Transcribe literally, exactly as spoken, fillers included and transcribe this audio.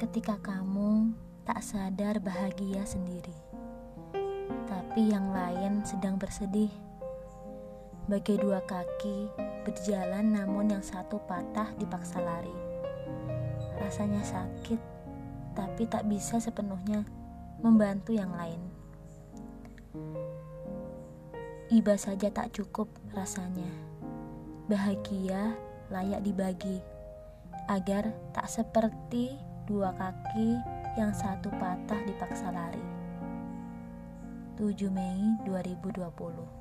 Ketika kamu tak sadar bahagia sendiri, tapi yang lain sedang bersedih. Bagai dua kaki berjalan namun yang satu patah dipaksa lari. Rasanya sakit, tapi tak bisa sepenuhnya membantu yang lain. Iba saja tak cukup rasanya. Bahagia layak dibagi, agar tak seperti dua kaki yang satu patah dipaksa lari. tujuh Mei dua ribu dua puluh.